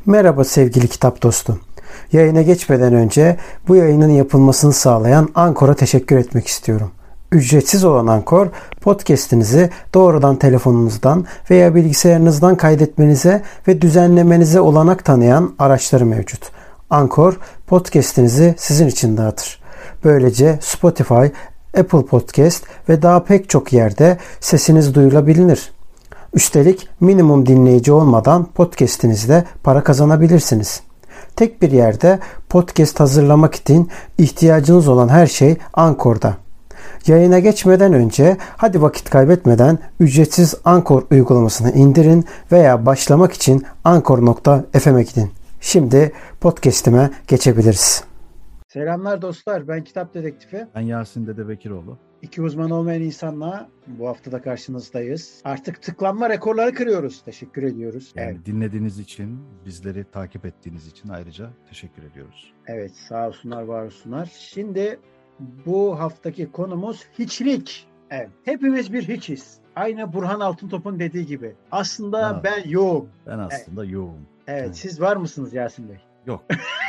Merhaba sevgili kitap dostum. Yayına geçmeden önce bu yayının yapılmasını sağlayan Ankor'a teşekkür etmek istiyorum. Ücretsiz olan Ankor, podcast'inizi doğrudan telefonunuzdan veya bilgisayarınızdan kaydetmenize ve düzenlemenize olanak tanıyan araçları mevcut. Ankor, podcast'inizi sizin için dağıtır. Böylece Spotify, Apple Podcast ve daha pek çok yerde sesiniz duyulabilir. Üstelik minimum dinleyici olmadan podcast'inizde para kazanabilirsiniz. Tek bir yerde podcast hazırlamak için ihtiyacınız olan her şey Ankor'da. Yayına geçmeden önce hadi vakit kaybetmeden ücretsiz Ankor uygulamasını indirin veya başlamak için ankor.fm'e gidin. Şimdi podcast'ime geçebiliriz. Selamlar dostlar, ben Kitap Dedektifi. Ben Yasin Dedebekiroğlu. İki uzman olmayan insanla bu hafta da karşınızdayız. Artık tıklanma rekorları kırıyoruz. Teşekkür ediyoruz. Yani evet. Dinlediğiniz için, bizleri takip ettiğiniz için ayrıca teşekkür ediyoruz. Evet, sağ olsunlar, var olsunlar. Şimdi bu haftaki konumuz hiçlik. Evet, hepimiz bir hiçiz. Aynı Burhan Altıntop'un dediği gibi. Aslında ben yoğum. Ben aslında yoğum. Evet, siz var mısınız Yasin Bey? Yok.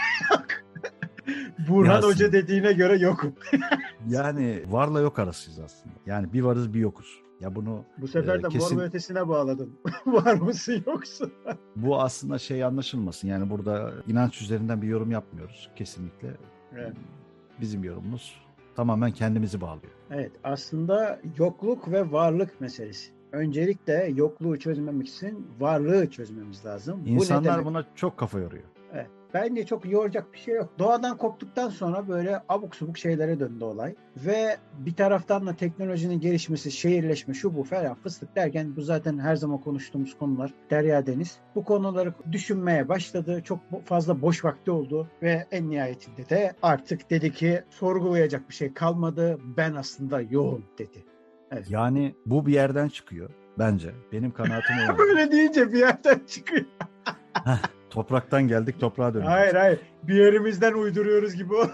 Burhan Yasin. Hoca dediğine göre yokum. Yani varla yok arasıyız aslında. Yani bir varız bir yokuz. Ya bunu Bu sefer de kesin... mor ve ötesine bağladın. Var mısın yoksun? Bu aslında şey anlaşılmasın. Yani burada inanç üzerinden bir yorum yapmıyoruz. Kesinlikle. Evet. Bizim yorumumuz tamamen kendimizi bağlıyor. Evet, aslında yokluk ve varlık meselesi. Öncelikle yokluğu çözmemek için varlığı çözmemiz lazım. İnsanlar buna çok kafa yoruyor. Evet, bence çok yoracak bir şey yok. Doğadan koptuktan sonra böyle abuk subuk şeylere döndü olay. Ve bir taraftan da teknolojinin gelişmesi, şehirleşme, şu bu falan fıstık derken bu zaten her zaman konuştuğumuz konular. Derya Deniz. Bu konuları düşünmeye başladı. Çok fazla boş vakti oldu ve en nihayetinde de artık dedi ki sorgulayacak bir şey kalmadı. Ben aslında yoğum dedi. Evet. Yani bu bir yerden çıkıyor bence. Benim kanaatim o. Böyle deyince bir yerden çıkıyor. Topraktan geldik, toprağa dönüyoruz. Hayır. Bir yerimizden uyduruyoruz gibi o.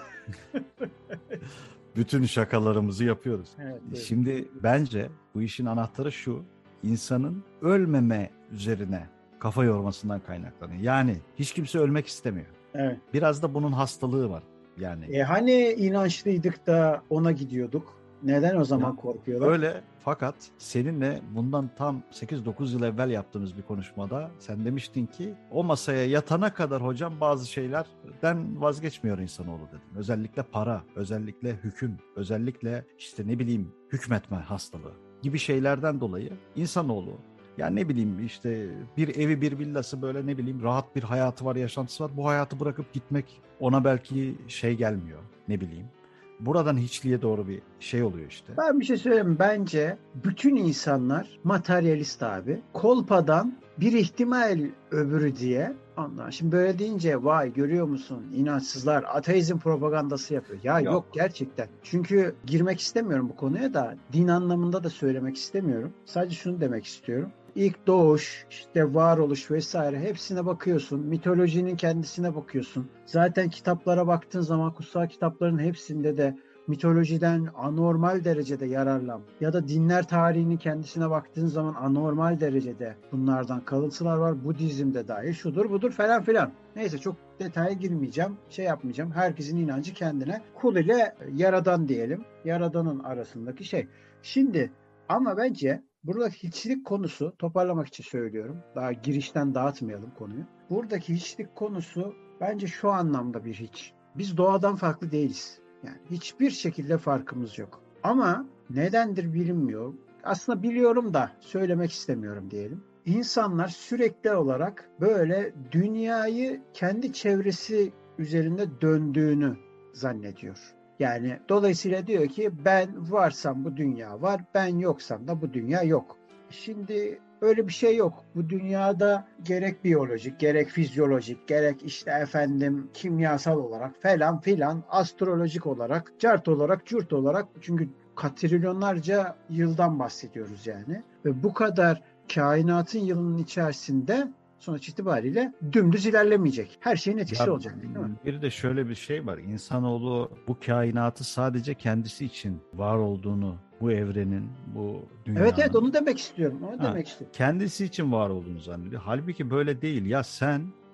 Bütün şakalarımızı yapıyoruz. Evet. Şimdi bence bu işin anahtarı şu. İnsanın ölmeme üzerine kafa yormasından kaynaklanıyor. Yani hiç kimse ölmek istemiyor. Evet. Biraz da bunun hastalığı var. Yani. Hani inançlıydık da ona gidiyorduk. Neden o zaman korkuyorlar? Öyle, fakat seninle bundan tam 8-9 yıl evvel yaptığımız bir konuşmada sen demiştin ki o masaya yatana kadar hocam bazı şeylerden vazgeçmiyor insanoğlu dedin. Özellikle para, özellikle hüküm, özellikle işte ne bileyim hükmetme hastalığı gibi şeylerden dolayı insanoğlu, yani ne bileyim işte bir evi bir villası böyle ne bileyim rahat bir hayatı var, yaşantısı var. Bu hayatı bırakıp gitmek ona belki şey gelmiyor, ne bileyim. Buradan hiçliğe doğru bir şey oluyor işte. Ben bir şey söyleyeyim. Bence bütün insanlar materyalist abi. Kolpadan bir ihtimal öbürü diye. Ondan şimdi böyle deyince vay görüyor musun inançsızlar ateizm propagandası yapıyor. Ya yok gerçekten. Çünkü girmek istemiyorum bu konuya da din anlamında da söylemek istemiyorum. Sadece şunu demek istiyorum. İlk doğuş, işte varoluş vesaire hepsine bakıyorsun. Mitolojinin kendisine bakıyorsun. Zaten kitaplara baktığın zaman kutsal kitapların hepsinde de mitolojiden anormal derecede yararlan ya da dinler tarihinin kendisine baktığın zaman anormal derecede bunlardan kalıntılar var. Budizm'de dahil şudur budur falan filan. Neyse çok detaya girmeyeceğim. Şey yapmayacağım. Herkesin inancı kendine. Kul ile yaradan diyelim. Yaradanın arasındaki şey. Şimdi ama bence buradaki hiçlik konusu, toparlamak için söylüyorum. Daha girişten dağıtmayalım konuyu. Buradaki hiçlik konusu bence şu anlamda bir hiç. Biz doğadan farklı değiliz. Yani hiçbir şekilde farkımız yok. Ama nedendir bilinmiyor. Aslında biliyorum da söylemek istemiyorum diyelim. İnsanlar sürekli olarak böyle dünyayı kendi çevresi üzerinde döndüğünü zannediyor. Yani dolayısıyla diyor ki ben varsam bu dünya var, ben yoksam da bu dünya yok. Şimdi öyle bir şey yok. Bu dünyada gerek biyolojik, gerek fizyolojik, gerek işte efendim kimyasal olarak falan filan, astrolojik olarak, cart olarak, cürt olarak çünkü katrilyonlarca yıldan bahsediyoruz yani. Ve bu kadar kainatın yılının içerisinde sonuç itibariyle dümdüz ilerlemeyecek. Her şeyin etkisi olacak değil mi? Bir de şöyle bir şey var. İnsanoğlu bu kainatı sadece kendisi için var olduğunu, bu evrenin, bu dünyanın. Evet onu demek istiyorum. Demek istiyorum. Kendisi için var olduğunu zannediyor. Halbuki böyle değil. Ya sen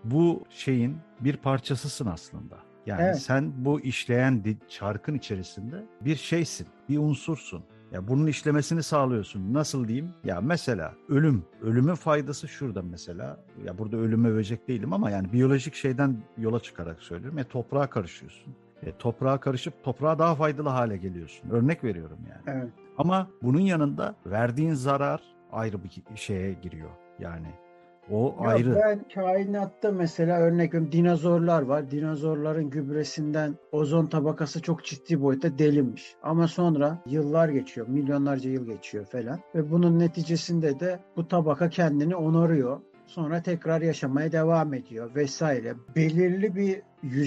bu şeyin bir parçasısın aslında. Yani Evet. sen bu işleyen çarkın içerisinde bir şeysin, bir unsursun. Ya bunun işlemesini sağlıyorsun. Nasıl diyeyim? Ya mesela ölüm. Ölümün faydası şurada mesela. Ya burada ölümü övecek değilim ama yani biyolojik şeyden yola çıkarak söylüyorum. Toprağa karışıyorsun. Toprağa karışıp toprağa daha faydalı hale geliyorsun. Örnek veriyorum yani. Evet. Ama bunun yanında verdiğin zarar ayrı bir şeye giriyor. Yani o Yok, ayrı. ben kainatta mesela örnek veriyorum dinozorlar var. Dinozorların gübresinden ozon tabakası çok ciddi boyutta delinmiş. Ama sonra yıllar geçiyor, milyonlarca yıl geçiyor falan. Ve bunun neticesinde de bu tabaka kendini onarıyor. Sonra tekrar yaşamaya devam ediyor vesaire. Belirli bir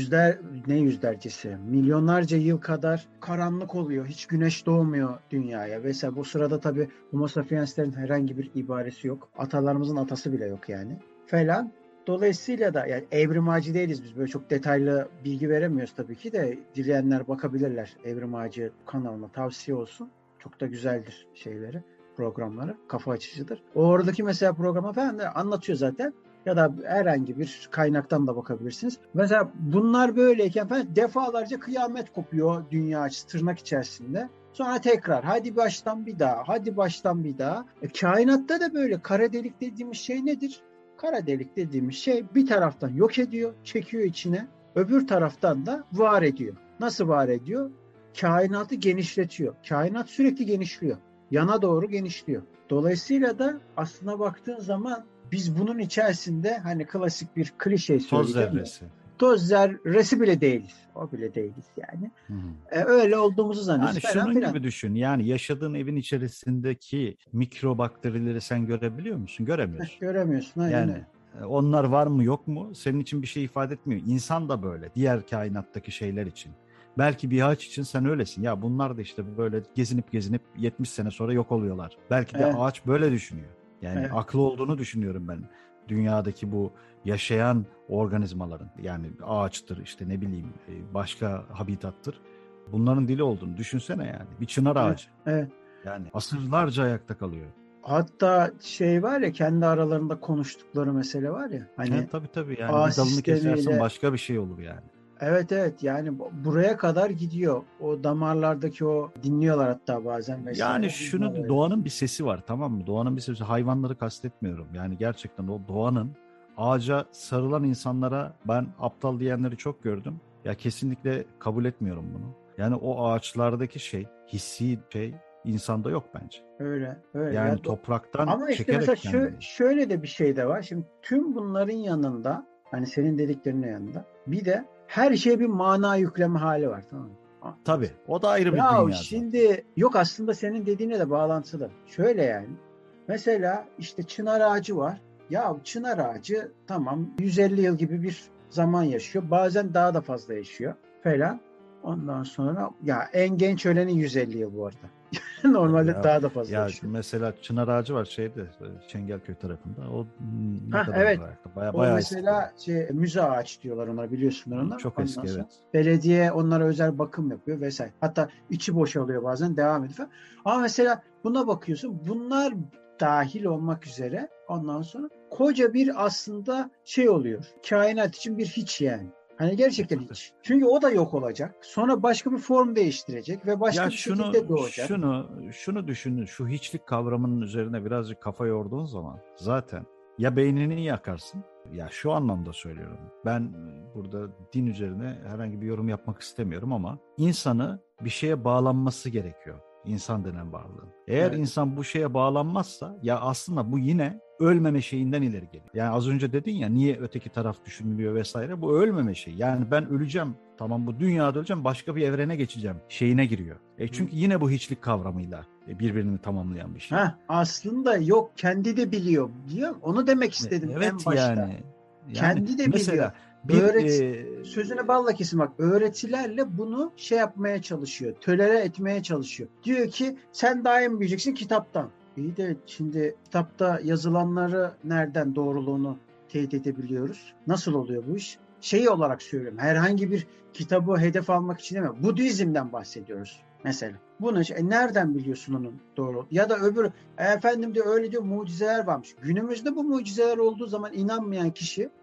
yüzlercesi, milyonlarca yıl kadar karanlık oluyor. Hiç güneş doğmuyor dünyaya. Vesaire. Bu sırada tabii Homo sapienslerin herhangi bir ibaresi yok. Atalarımızın atası bile yok yani. Falan. Dolayısıyla da yani evrim ağacı değiliz biz. Böyle çok detaylı bilgi veremiyoruz tabii ki de. Dileyenler bakabilirler Evrim Ağacı kanalına. Tavsiye olsun. Çok da güzeldir şeyleri, programları. Kafa açıcıdır. Oradaki mesela programa falan da anlatıyor zaten. Ya da herhangi bir kaynaktan da bakabilirsiniz. Mesela bunlar böyleyken falan defalarca kıyamet kopuyor dünya tırnak içerisinde. Sonra tekrar hadi baştan bir daha, hadi baştan bir daha. Kainatta da böyle kara delik dediğimiz şey nedir? Kara delik dediğimiz şey bir taraftan yok ediyor, çekiyor içine. Öbür taraftan da var ediyor. Nasıl var ediyor? Kainatı genişletiyor. Kainat sürekli genişliyor. Yana doğru genişliyor. Dolayısıyla da aslına baktığın zaman biz bunun içerisinde hani klasik bir klişe Toz söyleyeceğim. zerresi. Toz zerresi bile değiliz. O bile değiliz yani. Hı hı. Öyle olduğumuzu zannediyoruz Yani falan şunun filan. gibi düşün. Yani yaşadığın evin içerisindeki mikrobakterileri sen görebiliyor musun? Göremiyorsun. Göremiyorsun aynen Yani öyle. onlar var mı yok mu senin için bir şey ifade etmiyor. İnsan da böyle. Diğer kainattaki şeyler için. Belki bir ağaç için sen öylesin. Ya bunlar da işte böyle gezinip gezinip 70 sene sonra yok oluyorlar. Belki de Evet, ağaç böyle düşünüyor. Yani evet, aklı olduğunu düşünüyorum ben. Dünyadaki bu yaşayan organizmaların yani ağaçtır işte ne bileyim başka habitattır. Bunların dili olduğunu düşünsene yani. Bir çınar evet, ağacı. evet. Yani asırlarca ayakta kalıyor. Hatta şey var ya kendi aralarında konuştukları mesele var ya hani Tabii yani ağ bir dalını kesersin sistemiyle başka bir şey olur yani. evet yani buraya kadar gidiyor. O damarlardaki o dinliyorlar hatta bazen Yani vesaire. şunu doğanın bir sesi var tamam mı? Doğanın bir sesi hayvanları kastetmiyorum. Yani gerçekten o doğanın ağaca sarılan insanlara ben aptal diyenleri çok gördüm. Ya kesinlikle kabul etmiyorum bunu. Yani o ağaçlardaki şey, hissi şey insanda yok bence. Öyle Yani ya. topraktan Ama işte mesela çekerek kendini. şöyle de bir şey de var. Şimdi tüm bunların yanında hani senin dediklerinin yanında bir de her şeye bir mana yükleme hali var tamam mı? Tabii o da ayrı bir Ya dünya zaten. şimdi yok aslında senin dediğine de bağlantılı. Şöyle yani. Mesela işte çınar ağacı var. Ya çınar ağacı tamam 150 yıl gibi bir zaman yaşıyor. Bazen daha da fazla yaşıyor falan. Ondan sonra ya en genç öleni 150 yıl bu arada. Normalde Ya daha da fazla ya yaşıyor. mesela çınar ağacı var şeyde Çengelköy tarafında. O ne kadardır Evet. ayakta? O Bayağı eski o. mesela müze ağaç diyorlar onlara biliyorsunuz onlar. Çok Ondan eski sonra evet. belediye onlara özel bakım yapıyor vesaire. Hatta içi boşalıyor bazen devam ediyor falan. Ama mesela buna bakıyorsun bunlar dahil olmak üzere ondan sonra koca bir aslında şey oluyor. Kainat için bir hiç yani. Hani gerçekten Tabii. hiç. Çünkü o da yok olacak. Sonra başka bir form değiştirecek ve Ya başka bir şekilde şunu doğacak. şunu şunu düşünün. Şu hiçlik kavramının üzerine birazcık kafa yorduğun zaman zaten ya beynini yakarsın. Ya şu anlamda söylüyorum. Ben burada din üzerine herhangi bir yorum yapmak istemiyorum ama insanı bir şeye bağlanması gerekiyor. İnsan denen varlığın. Eğer Evet. insan bu şeye bağlanmazsa ya aslında bu yine ölmeme şeyinden ileri geliyor. Yani az önce dedin ya niye öteki taraf düşünülüyor vesaire. Bu ölmeme şey. Yani ben öleceğim. Tamam bu dünyada öleceğim başka bir evrene geçeceğim şeyine giriyor. Çünkü yine bu hiçlik kavramıyla birbirini tamamlayan bir şey. Aslında yok kendi de biliyor diyor. Onu demek istedim en Evet başta. yani Kendi de biliyor. mesela bir Sözüne balla kesin bak. Öğretilerle bunu şey yapmaya çalışıyor. Tölere etmeye çalışıyor. Diyor ki sen daha iyi bileceksin kitaptan. İyi de şimdi kitapta yazılanları nereden doğruluğunu teyit edebiliyoruz? Nasıl oluyor bu iş? Şey olarak söylüyorum. Herhangi bir kitabı hedef almak için değil mi? Budizm'den bahsediyoruz mesela. Bunu nereden biliyorsun onun doğru? Ya da efendim diyor öyle diyor mucizeler varmış. Günümüzde bu mucizeler olduğu zaman inanmayan kişi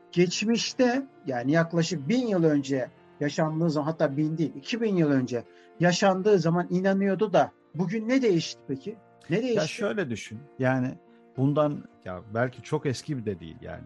geçmişte yani yaklaşık 1000 yıl önce yaşandığı zaman, hatta 1000 değil 2000 yıl önce yaşandığı zaman inanıyordu da bugün ne değişti peki? Ne değişti? Ya şöyle düşün. Yani bundan ya belki çok eski bir de değil yani.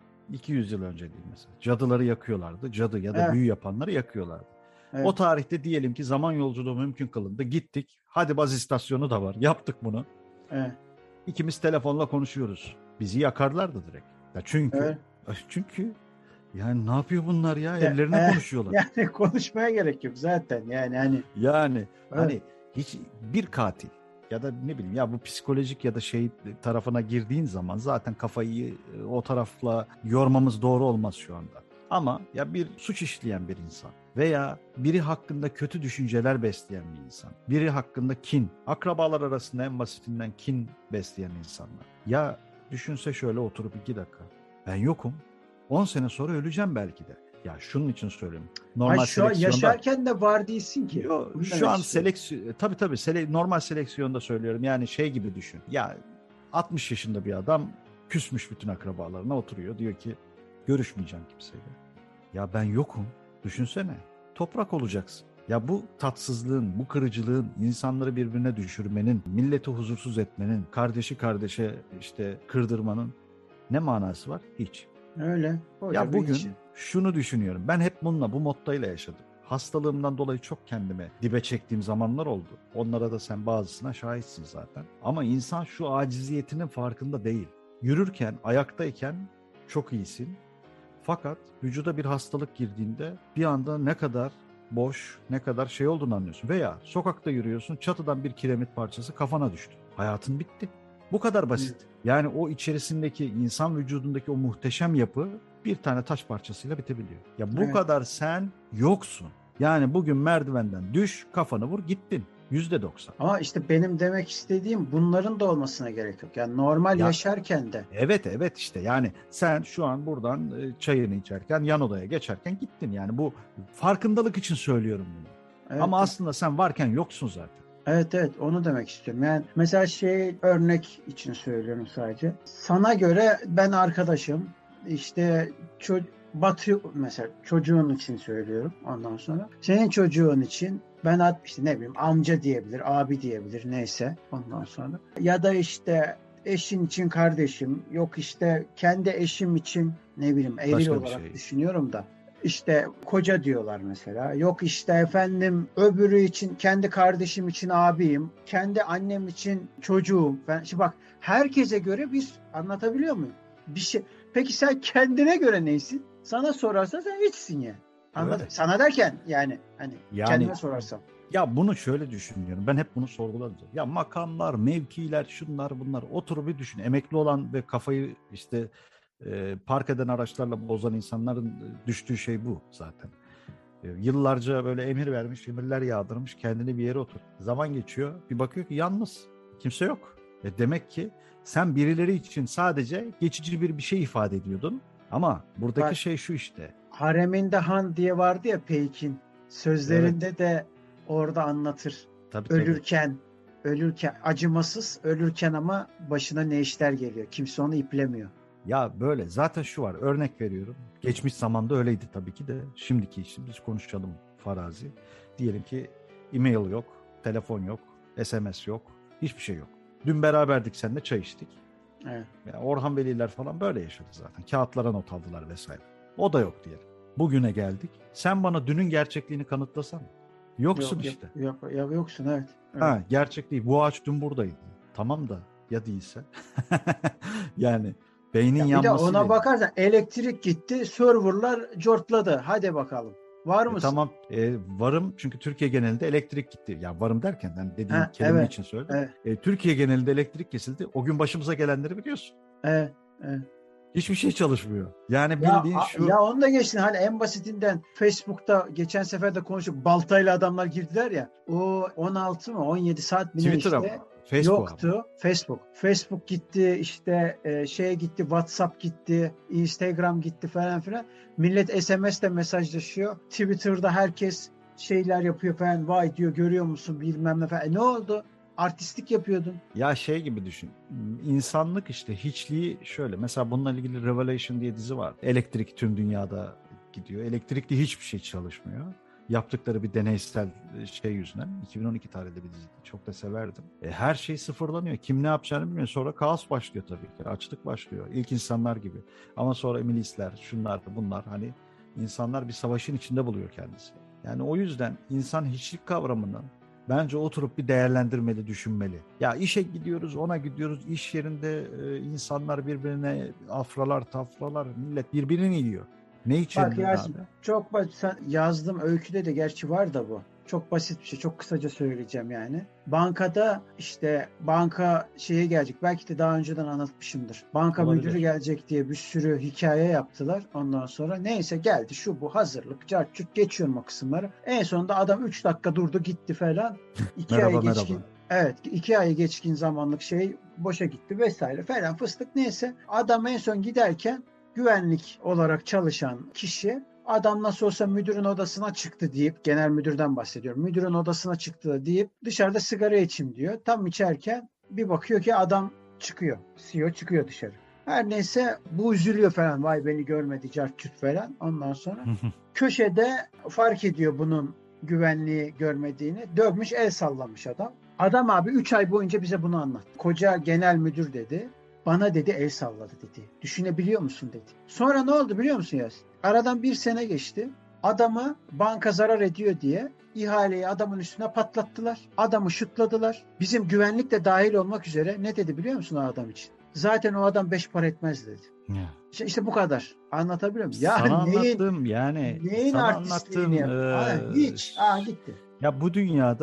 200 yıl önce değil mesela. Cadıları yakıyorlardı. Cadı ya da Evet, büyü yapanları yakıyorlardı. evet, O tarihte diyelim ki zaman yolculuğu mümkün kılındı. Gittik. Hadi baz istasyonu da var. Yaptık bunu. evet, İkimiz telefonla konuşuyoruz. Bizi yakarlardı direkt. Ya çünkü evet. çünkü yani ne yapıyor bunlar ya? İşte, Ellerine konuşuyorlar. yani konuşmaya gerek yok zaten yani Yani evet, hani hiç bir katil ya da ne bileyim ya bu psikolojik ya da şey tarafına girdiğin zaman zaten kafayı o tarafla yormamız doğru olmaz şu anda. Ama ya bir suç işleyen bir insan veya biri hakkında kötü düşünceler besleyen bir insan, biri hakkında kin, akrabalar arasında en basitinden kin besleyen insanlar. Ya düşünse şöyle oturup 2 dakika, ben yokum, 10 sene sonra öleceğim belki de. Ya şunun için söylüyorum. ay Normal şu an seleksiyonda yaşarken de var değilsin ki. yo, Bunu şu demek an istiyorum. tabii normal seleksiyonda söylüyorum. Yani şey gibi düşün. Ya 60 yaşında bir adam küsmüş bütün akrabalarına, oturuyor. Diyor ki görüşmeyeceğim kimseyle. Ya ben yokum. Düşünsene. Toprak olacaksın. Ya bu tatsızlığın, bu kırıcılığın, insanları birbirine düşürmenin, milleti huzursuz etmenin, kardeşi kardeşe işte kırdırmanın ne manası var? Hiç. Öyle. Koca Ya bir bugün ilçe. şunu düşünüyorum. Ben hep bununla, bu mottayla yaşadım. Hastalığımdan dolayı çok kendime dibe çektiğim zamanlar oldu. Onlara da sen bazısına şahitsin zaten. Ama insan şu aciziyetinin farkında değil. Yürürken, ayaktayken çok iyisin. Fakat vücuda bir hastalık girdiğinde bir anda ne kadar boş, ne kadar şey olduğunu anlıyorsun. Veya sokakta yürüyorsun, çatıdan bir kiremit parçası kafana düştü. Hayatın bitti. Bu kadar basit. Yani o içerisindeki insan vücudundaki o muhteşem yapı bir tane taş parçasıyla bitebiliyor. Ya bu Evet. kadar sen yoksun. Yani bugün merdivenden düş, kafanı vur, gittin. %90. Ama işte benim demek istediğim bunların da olmasına gerek yok. Yani normal Ya yaşarken de. evet işte yani sen şu an buradan çayını içerken yan odaya geçerken gittin. Yani bu farkındalık için söylüyorum bunu. Evet, Ama aslında sen varken yoksun zaten. evet onu demek istiyorum. Yani mesela şey örnek için söylüyorum sadece. Sana göre ben arkadaşım işte Batı mesela çocuğun için söylüyorum ondan sonra. Senin çocuğun için ben işte ne bileyim amca diyebilir, abi diyebilir neyse ondan sonra. Ya da işte eşin için kardeşim, yok işte kendi eşim için ne bileyim eril Başka bir olarak şey. düşünüyorum da. İşte koca diyorlar mesela. Yok işte efendim öbürü için kendi kardeşim için abiyim. Kendi annem için çocuğum. Ben, şimdi bak herkese göre bir anlatabiliyor muyum? Bir şey. Peki sen kendine göre neysin? Sana sorarsa sen hiçsin yani. Anladın? Öyle. Sana derken yani hani Yani kendime sorarsam. ya bunu şöyle düşünüyorum. Ben hep bunu sorguladım. Ya makamlar, mevkiler, şunlar bunlar. Otur bir düşün. Emekli olan ve kafayı işte park eden araçlarla bozan insanların düştüğü şey bu zaten. Yıllarca böyle emir vermiş, emirler yağdırmış, kendini bir yere otur. Zaman geçiyor, bir bakıyor ki yalnız. Kimse yok. Demek ki sen birileri için sadece geçici bir şey ifade ediyordun. Ama buradaki Bak şey şu işte. Hareminde Han diye vardı ya Peyk'in. Evet, Sözlerinde de orada anlatır. tabii. Ölürken acımasız ölürken ama başına ne işler geliyor. Kimse onu iplemiyor. Ya böyle zaten şu var, örnek veriyorum. Geçmiş zamanda öyleydi tabii ki de. Şimdiki için biz konuşalım farazi. Diyelim ki e-mail yok, telefon yok, SMS yok, hiçbir şey yok. Dün beraberdik, seninle çay içtik. Evet. Yani Orhan Veliler falan böyle yaşadı zaten. Kağıtlara not aldılar vesaire. O da yok diyelim. Bugüne geldik. Sen bana dünün gerçekliğini kanıtlasana. Yoksun işte. Yoksun evet. Ha, gerçek değil. Bu ağaç dün buradaydı. Tamam da ya değilse. Yani beynin Ya bir de yanmasıyla ona ilgili. bakarsan elektrik gitti, serverlar cortladı. Hadi bakalım. Var mısın? Tamam, varım çünkü Türkiye genelinde elektrik gitti. Yani varım derken yani dediğin Ha, kelime evet. için söyledim. Evet. Türkiye genelinde elektrik kesildi. O gün başımıza gelenleri biliyorsun. Evet. Evet. Hiçbir şey çalışmıyor. Yani Ya bildiğin ya şu onu da geçtin. Hani en basitinden Facebook'ta geçen sefer de konuştuk. Baltayla adamlar girdiler ya. O 16 mı 17 saat mi ne Twitter'a işte mı? Facebook'a mı? yoktu. Facebook gitti işte şeye gitti, WhatsApp gitti, Instagram gitti falan filan. Millet SMS'le mesajlaşıyor. Twitter'da herkes şeyler yapıyor falan. Vay diyor görüyor musun bilmem ne falan. Ne oldu? artistlik yapıyordun. Ya şey gibi düşün. İnsanlık işte hiçliği şöyle. Mesela bununla ilgili Revelation diye dizi var. Elektrik tüm dünyada gidiyor. Elektrikli hiçbir şey çalışmıyor. Yaptıkları bir deneysel şey yüzünden. 2012 tarihli bir diziydi. Çok da severdim. Her şey sıfırlanıyor. Kim ne yapacağını bilmiyor. Sonra kaos başlıyor tabii ki. Açlık başlıyor. İlk insanlar gibi. Ama sonra milisler, şunlar, bunlar hani insanlar bir savaşın içinde buluyor kendisi. Yani o yüzden insan hiçlik kavramını bence oturup bir değerlendirmeli, düşünmeli. Ya işe gidiyoruz, ona gidiyoruz. İş yerinde insanlar birbirine afralar, tafralar, millet birbirini yiyor. Ne için Bak abi? Yasin, çok basit. Yazdım öyküde de gerçi var da bu. Çok basit bir şey. Çok kısaca söyleyeceğim yani. Bankada işte banka şeye gelecek. Belki de daha önceden anlatmışımdır. Banka Olabilir. müdürü gelecek diye bir sürü hikaye yaptılar. Ondan sonra neyse geldi şu bu hazırlık. Cart curt geçiyorum o kısımları. En sonunda adam 3 dakika durdu gitti falan. 2 Merhaba, ay geçkin. merhaba. Evet, 2 ay geçkin zamanlık şey boşa gitti vesaire falan fıstık neyse. Adam en son giderken güvenlik olarak çalışan kişi adam nasıl olsa müdürün odasına çıktı deyip, genel müdürden bahsediyorum. Müdürün odasına çıktı deyip dışarıda sigara içeyim diyor. Tam içerken bir bakıyor ki adam çıkıyor. CEO çıkıyor dışarı. Her neyse bu üzülüyor falan. Vay beni görmedi cartçut falan. Ondan sonra köşede fark ediyor bunun güvenliği görmediğini. Dövmüş el sallamış adam. Adam abi 3 ay boyunca bize bunu anlattı. Koca genel müdür dedi. Bana dedi el salladı dedi. Düşünebiliyor musun dedi. Sonra ne oldu biliyor musun Yasin? Aradan 1 sene geçti. Adama banka zarar ediyor diye ihaleyi adamın üstüne patlattılar. Adamı şutladılar. Bizim güvenlik de dahil olmak üzere ne dedi biliyor musun o adam için? Zaten o adam 5 para etmez dedi. Ya. İşte bu kadar. Anlatabiliyor muyum? Ya Sana neyin anlattığım yani neyin sana artistliğini yap? Hiç. Gitti. Ya bu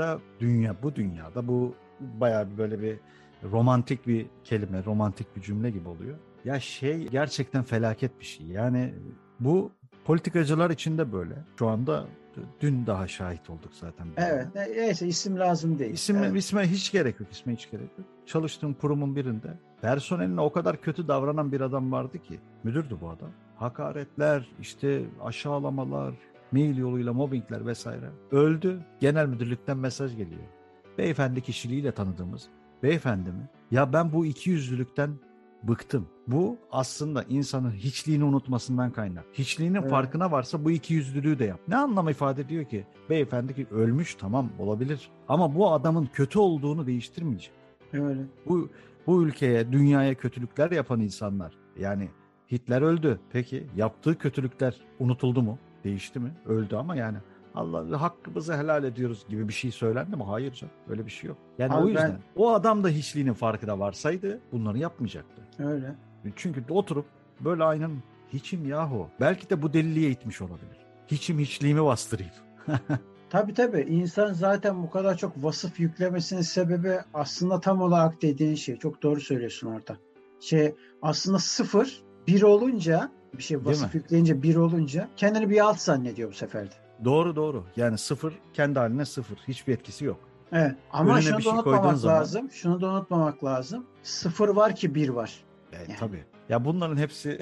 dünyada bu bayağı böyle bir romantik bir kelime, romantik bir cümle gibi oluyor. Ya şey gerçekten felaket bir şey. Yani bu politikacılar için de böyle. Şu anda dün daha şahit olduk zaten. Evet. Neyse isim lazım değil. İsme hiç gerek yok. İsme hiç gerek yok. Çalıştığım kurumun birinde personeline o kadar kötü davranan bir adam vardı ki. Müdürdü bu adam. Hakaretler, işte aşağılamalar, mail yoluyla mobbingler vesaire. Öldü. Genel müdürlükten mesaj geliyor. Beyefendi kişiliğiyle tanıdığımız beyefendi mi? Ya ben bu ikiyüzlülükten bıktım. Bu aslında insanın hiçliğini unutmasından kaynak. Hiçliğinin farkına varsa bu ikiyüzlülüğü de yap. Ne anlam ifade ediyor ki? Beyefendi ki ölmüş, tamam olabilir. Ama bu adamın kötü olduğunu değiştirmeyecek. Öyle. Bu ülkeye, dünyaya kötülükler yapan insanlar. Yani Hitler öldü. Peki yaptığı kötülükler unutuldu mu? Değişti mi? Öldü ama yani Allah hakkımızı helal ediyoruz gibi bir şey söylendi mi? Hayır canım. Öyle bir şey yok. Yani Abi o yüzden o adam da hiçliğinin farkına varsaydı bunları yapmayacaktı. Öyle. Çünkü oturup böyle aynen hiçim yahu. Belki de bu deliliğe itmiş olabilir. Hiçliğimi bastırayım. Tabii. İnsan zaten bu kadar çok vasıf yüklemesinin sebebi aslında tam olarak dediğin şey. Çok doğru söylüyorsun orada. Aslında 0, 1 olunca bir şey vasıf yükleyince 1 olunca kendini bir alt zannediyor bu sefer de. Doğru. Yani 0 kendi haline 0. Hiçbir etkisi yok. Evet. Ama önüne şunu bir da şey unutmamak lazım. Şunu da unutmamak lazım. 0 var ki 1 var. Yani. Tabii. Ya bunların hepsi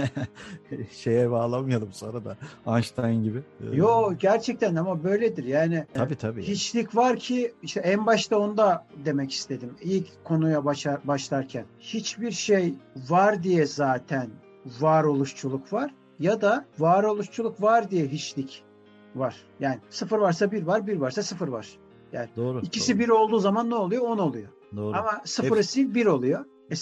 şeye bağlamayalım sonra da Einstein gibi. Yo gerçekten ama böyledir. Yani tabii. hiçlik var ki işte en başta onu da demek istedim. İlk konuya başlarken. Hiçbir şey var diye zaten varoluşçuluk var ya da varoluşçuluk var diye hiçlik var. Yani 0 varsa 1 var, 1 varsa 0 var. Yani doğru. İkisi 1 olduğu zaman ne oluyor? 10 oluyor. Doğru. Ama 0'ı sil 1 oluyor.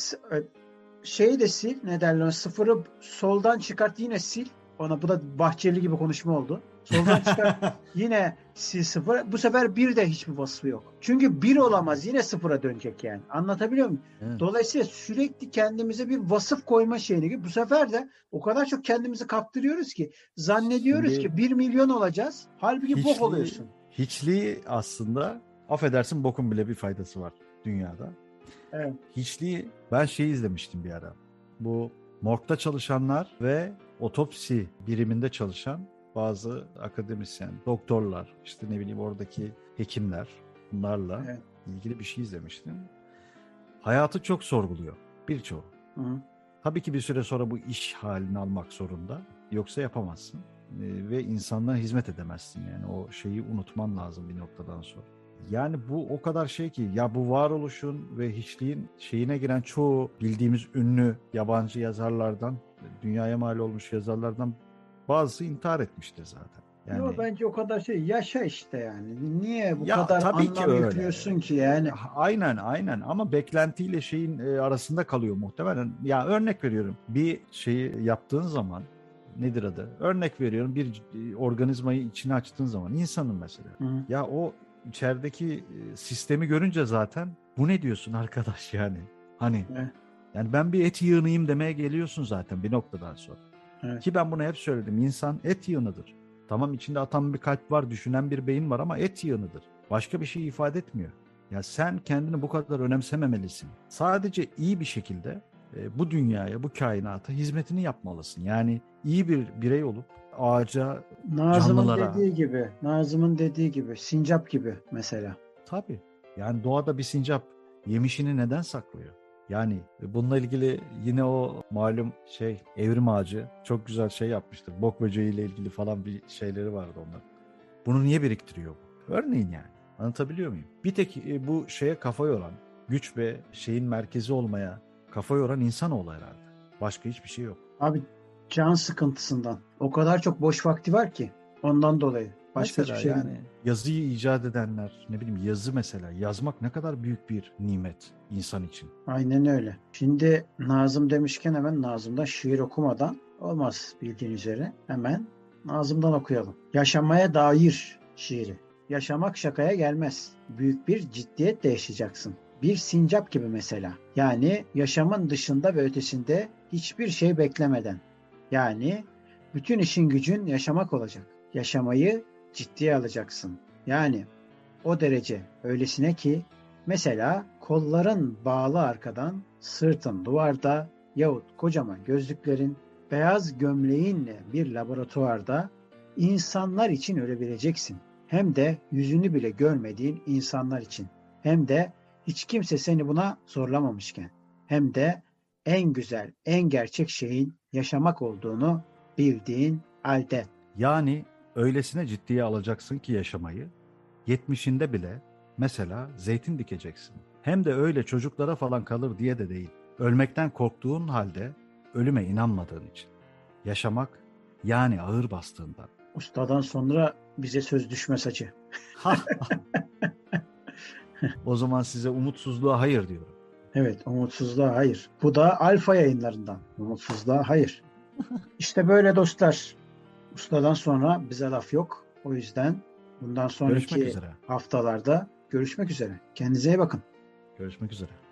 Şeyi de sil, ne derler, 0'ı soldan çıkart yine sil. Bu da Bahçeli gibi konuşma oldu. Soldan çıkart yine sil 0. Bu sefer 1 de hiçbir vasfı yok. Çünkü 1 olamaz, yine 0'a dönecek yani. Anlatabiliyor muyum? Evet. Dolayısıyla sürekli kendimize bir vasıf koyma şeyini gibi. Bu sefer de o kadar çok kendimizi kaptırıyoruz ki zannediyoruz ki 1 milyon olacağız. Halbuki bok oluyorsun. Hiçliği aslında affedersin bokun bile bir faydası var dünyada. Evet. Hiçliği ben izlemiştim bir ara. Bu morgda çalışanlar ve otopsi biriminde çalışan bazı akademisyen, doktorlar, işte ne bileyim oradaki hekimler, bunlarla ilgili bir şey izlemiştim. Hayatı çok sorguluyor birçoğu. Tabii ki bir süre sonra bu iş halini almak zorunda. Yoksa yapamazsın. Ve insanlığa hizmet edemezsin yani. O şeyi unutman lazım bir noktadan sonra. Yani bu o kadar şey ki, ya bu varoluşun ve hiçliğin şeyine giren çoğu bildiğimiz ünlü yabancı yazarlardan, dünyaya mal olmuş yazarlardan bazısı intihar etmiştir zaten. Yo, Yani bence o kadar şey yaşa işte yani. Niye bu ya kadar tabii ki anlam öyle. yüklüyorsun ki yani? Aynen ama beklentiyle şeyin arasında kalıyor muhtemelen. Ya örnek veriyorum, bir şeyi yaptığın zaman, nedir adı? Örnek veriyorum, bir organizmayı içine açtığın zaman, insanın mesela. Hı. Ya o içerideki sistemi görünce zaten bu ne diyorsun arkadaş yani? Hani Evet, yani ben bir et yığınıyım demeye geliyorsun zaten bir noktadan sonra. evet. Ki ben bunu hep söyledim. İnsan et yığınıdır. Tamam, içinde atan bir kalp var, düşünen bir beyin var ama et yığınıdır. Başka bir şey ifade etmiyor. Ya sen kendini bu kadar önemsememelisin. Sadece iyi bir şekilde bu dünyaya, bu kainata hizmetini yapmalısın. Yani iyi bir birey olup ağaca, canlılara, Nazım'ın dediği gibi, sincap gibi mesela. tabii. Yani doğada bir sincap yemişini neden saklıyor? Yani bununla ilgili yine o malum şey Evrim Ağacı çok güzel şey yapmıştır. Bok böceğiyle ilgili falan bir şeyleri vardı onlar. Bunu niye biriktiriyor bu? Örneğin yani. Anlatabiliyor muyum? Bir tek bu şeye kafa yoran, güç ve şeyin merkezi olmaya kafa yoran insanoğlu herhalde. Başka hiçbir şey yok. Abi, can sıkıntısından. O kadar çok boş vakti var ki. Ondan dolayı. Başka hiçbir Mesela şey değil. yani yazıyı icat edenler, ne bileyim, yazı mesela, yazmak ne kadar büyük bir nimet insan için. Aynen öyle. Şimdi Nazım demişken hemen Nazım'dan şiir okumadan olmaz, bildiğin üzere. Hemen Nazım'dan okuyalım. Yaşamaya dair şiiri. Yaşamak şakaya gelmez. Büyük bir ciddiyetle yaşayacaksın. Bir sincap gibi mesela. Yani yaşamın dışında ve ötesinde hiçbir şey beklemeden. Yani bütün işin gücün yaşamak olacak. Yaşamayı ciddiye alacaksın. Yani o derece öylesine ki mesela kolların bağlı arkadan, sırtın duvarda yahut kocaman gözlüklerin, beyaz gömleğinle bir laboratuvarda insanlar için ölebileceksin. Hem de yüzünü bile görmediğin insanlar için. Hem de hiç kimse seni buna zorlamamışken. Hem de en güzel, en gerçek şeyin yaşamak olduğunu bildiğin halde. Yani öylesine ciddiye alacaksın ki yaşamayı, 70'inde bile mesela zeytin dikeceksin. Hem de öyle çocuklara falan kalır diye de değil. Ölmekten korktuğun halde ölüme inanmadığın için. Yaşamak yani ağır bastığından. Ustadan sonra bize söz düşmez hacı. O zaman size umutsuzluğa hayır diyorum. Evet, umutsuzluğa hayır. Bu da Alfa yayınlarından. Umutsuzluğa hayır. İşte böyle dostlar. Ustadan sonra bize laf yok. O yüzden bundan Görüşmek sonraki üzere. haftalarda görüşmek üzere. Kendinize iyi bakın. Görüşmek üzere.